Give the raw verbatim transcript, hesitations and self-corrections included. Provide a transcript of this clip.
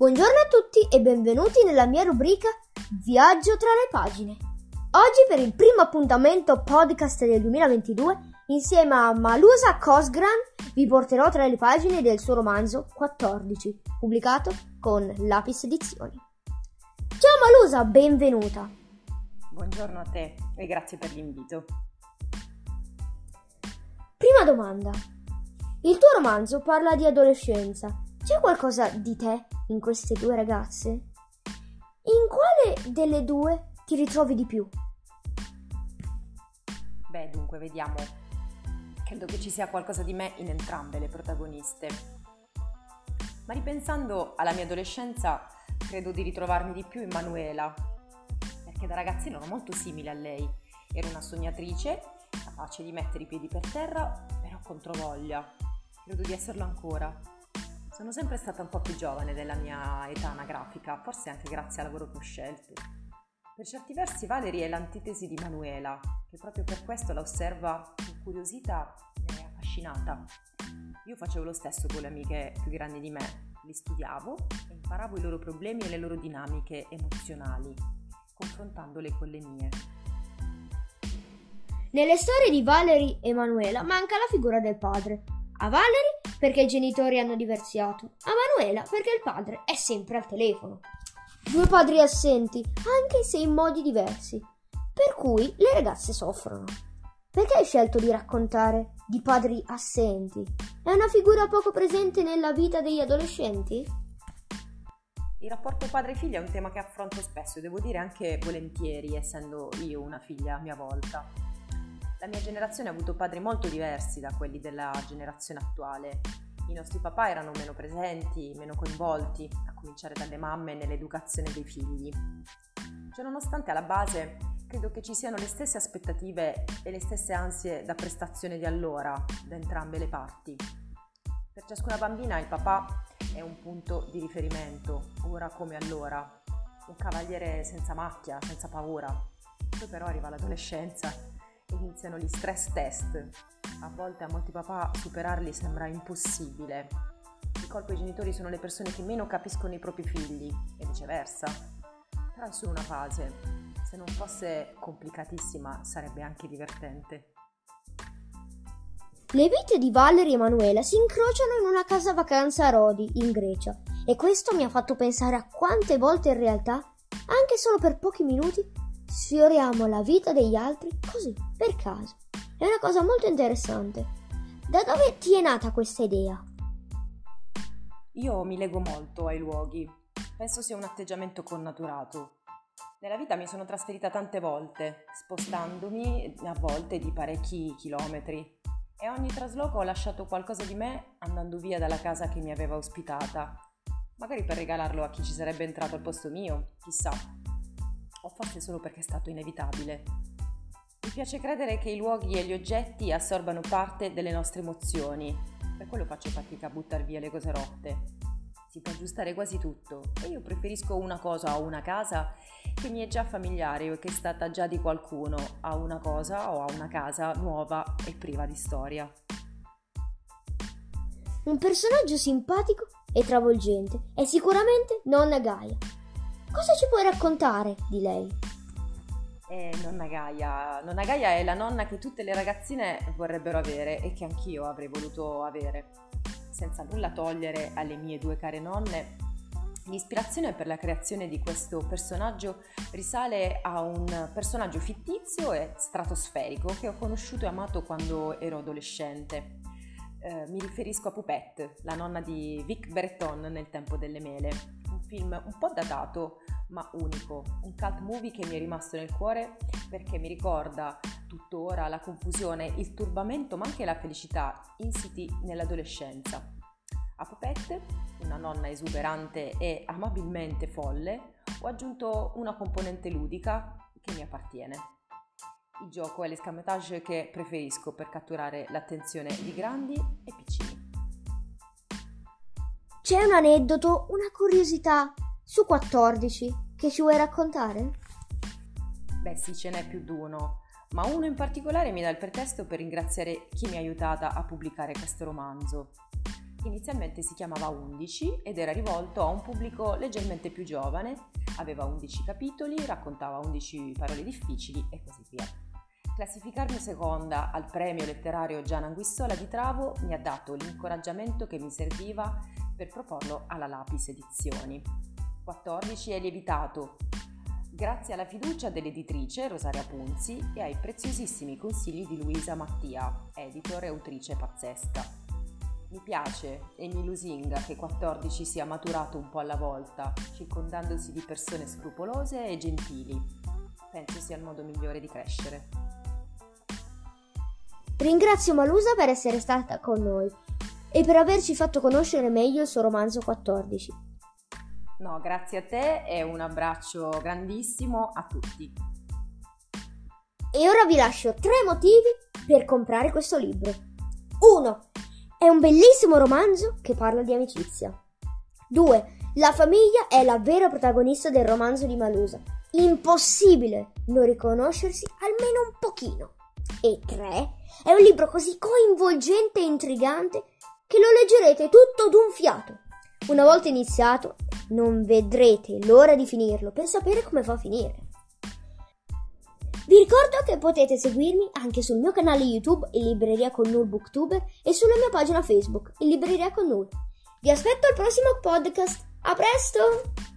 Buongiorno a tutti e benvenuti nella mia rubrica Viaggio tra le pagine. Oggi per il primo appuntamento podcast del duemilaventidue, insieme a Malusa Cosgran, vi porterò tra le pagine del suo romanzo quattordici, pubblicato con Lapis Edizioni. Ciao Malusa, benvenuta. Buongiorno a te e grazie per l'invito. Prima domanda. Il tuo romanzo parla di adolescenza. C'è qualcosa di te in queste due ragazze? In quale delle due ti ritrovi di più? Beh, dunque, vediamo. Credo che ci sia qualcosa di me in entrambe le protagoniste. Ma ripensando alla mia adolescenza, credo di ritrovarmi di più in Manuela, perché da ragazzina ero molto simile a lei. Ero una sognatrice, capace di mettere i piedi per terra, però controvoglia. Credo di esserlo ancora. Sono sempre stata un po' più giovane della mia età anagrafica, forse anche grazie al lavoro che ho scelto. Per certi versi Valerie è l'antitesi di Manuela, che proprio per questo la osserva incuriosita e affascinata. Io facevo lo stesso con le amiche più grandi di me, li studiavo e imparavo i loro problemi e le loro dinamiche emozionali, confrontandole con le mie. Nelle storie di Valerie e Manuela manca la figura del padre. A Valerie perché i genitori hanno divorziato, a Manuela perché il padre è sempre al telefono. Due padri assenti, anche se in modi diversi, per cui le ragazze soffrono. Perché hai scelto di raccontare di padri assenti? È una figura poco presente nella vita degli adolescenti? Il rapporto padre-figlia è un tema che affronto spesso e devo dire anche volentieri, essendo io una figlia a mia volta. La mia generazione ha avuto padri molto diversi da quelli della generazione attuale. I nostri papà erano meno presenti, meno coinvolti, a cominciare dalle mamme nell'educazione dei figli. Ciononostante, alla base, credo che ci siano le stesse aspettative e le stesse ansie da prestazione di allora, da entrambe le parti. Per ciascuna bambina il papà è un punto di riferimento, ora come allora, un cavaliere senza macchia, senza paura. Poi però arriva l'adolescenza. Iniziano gli stress test. A volte a molti papà superarli sembra impossibile. Di colpo i genitori sono le persone che meno capiscono i propri figli e viceversa. Però è solo una fase. Se non fosse complicatissima sarebbe anche divertente. Le vite di Valerie e Manuela si incrociano in una casa vacanza a Rodi, in Grecia, e questo mi ha fatto pensare a quante volte in realtà, anche solo per pochi minuti, sfioriamo la vita degli altri così, per caso. È una cosa molto interessante. Da dove ti è nata questa idea? Io mi lego molto ai luoghi. Penso sia un atteggiamento connaturato. Nella vita mi sono trasferita tante volte, spostandomi a volte di parecchi chilometri. E a ogni trasloco ho lasciato qualcosa di me andando via dalla casa che mi aveva ospitata. Magari per regalarlo a chi ci sarebbe entrato al posto mio, chissà. O forse solo perché è stato inevitabile. Mi piace credere che i luoghi e gli oggetti assorbano parte delle nostre emozioni. Per quello faccio fatica a buttar via le cose rotte. Si può aggiustare quasi tutto e io preferisco una cosa o una casa che mi è già familiare o che è stata già di qualcuno a una cosa o a una casa nuova e priva di storia. Un personaggio simpatico e travolgente è sicuramente Nonna Gaia. Cosa ci puoi raccontare di lei? Eh, nonna Gaia. Nonna Gaia è la nonna che tutte le ragazzine vorrebbero avere e che anch'io avrei voluto avere. Senza nulla togliere alle mie due care nonne, l'ispirazione per la creazione di questo personaggio risale a un personaggio fittizio e stratosferico che ho conosciuto e amato quando ero adolescente. Eh, mi riferisco a Poupette, la nonna di Vic Breton nel Tempo delle Mele. Un film un po' datato ma unico, un cult movie che mi è rimasto nel cuore perché mi ricorda tuttora la confusione, il turbamento ma anche la felicità insiti nell'adolescenza. A Poupette, una nonna esuberante e amabilmente folle, ho aggiunto una componente ludica che mi appartiene. Il gioco è l'escamotage che preferisco per catturare l'attenzione di grandi e piccini. C'è un aneddoto, una curiosità su quattordici che ci vuoi raccontare? Beh sì, ce n'è più di uno, ma uno in particolare mi dà il pretesto per ringraziare chi mi ha aiutata a pubblicare questo romanzo. Inizialmente si chiamava undici ed era rivolto a un pubblico leggermente più giovane, aveva undici capitoli, raccontava undici parole difficili e così via. Classificarmi seconda al premio letterario Gian Anguissola di Travo mi ha dato l'incoraggiamento che mi serviva per proporlo alla Lapis Edizioni. quattordici è lievitato grazie alla fiducia dell'editrice Rosaria Punzi e ai preziosissimi consigli di Luisa Mattia, editor e autrice pazzesca. Mi piace e mi lusinga che quattordici sia maturato un po' alla volta, circondandosi di persone scrupolose e gentili. Penso sia il modo migliore di crescere. Ringrazio Malusa per essere stata con noi e per averci fatto conoscere meglio il suo romanzo quattordici. No, grazie a te e un abbraccio grandissimo a tutti. E ora vi lascio tre motivi per comprare questo libro. uno. È un bellissimo romanzo che parla di amicizia. due. La famiglia è la vera protagonista del romanzo di Malusa. Impossibile non riconoscersi almeno un pochino. E tre. È un libro così coinvolgente e intrigante che lo leggerete tutto d'un fiato. Una volta iniziato, non vedrete l'ora di finirlo per sapere come va a finire. Vi ricordo che potete seguirmi anche sul mio canale YouTube, in Libreria con Null Booktuber, e sulla mia pagina Facebook, in Libreria con Null. Vi aspetto al prossimo podcast. A presto!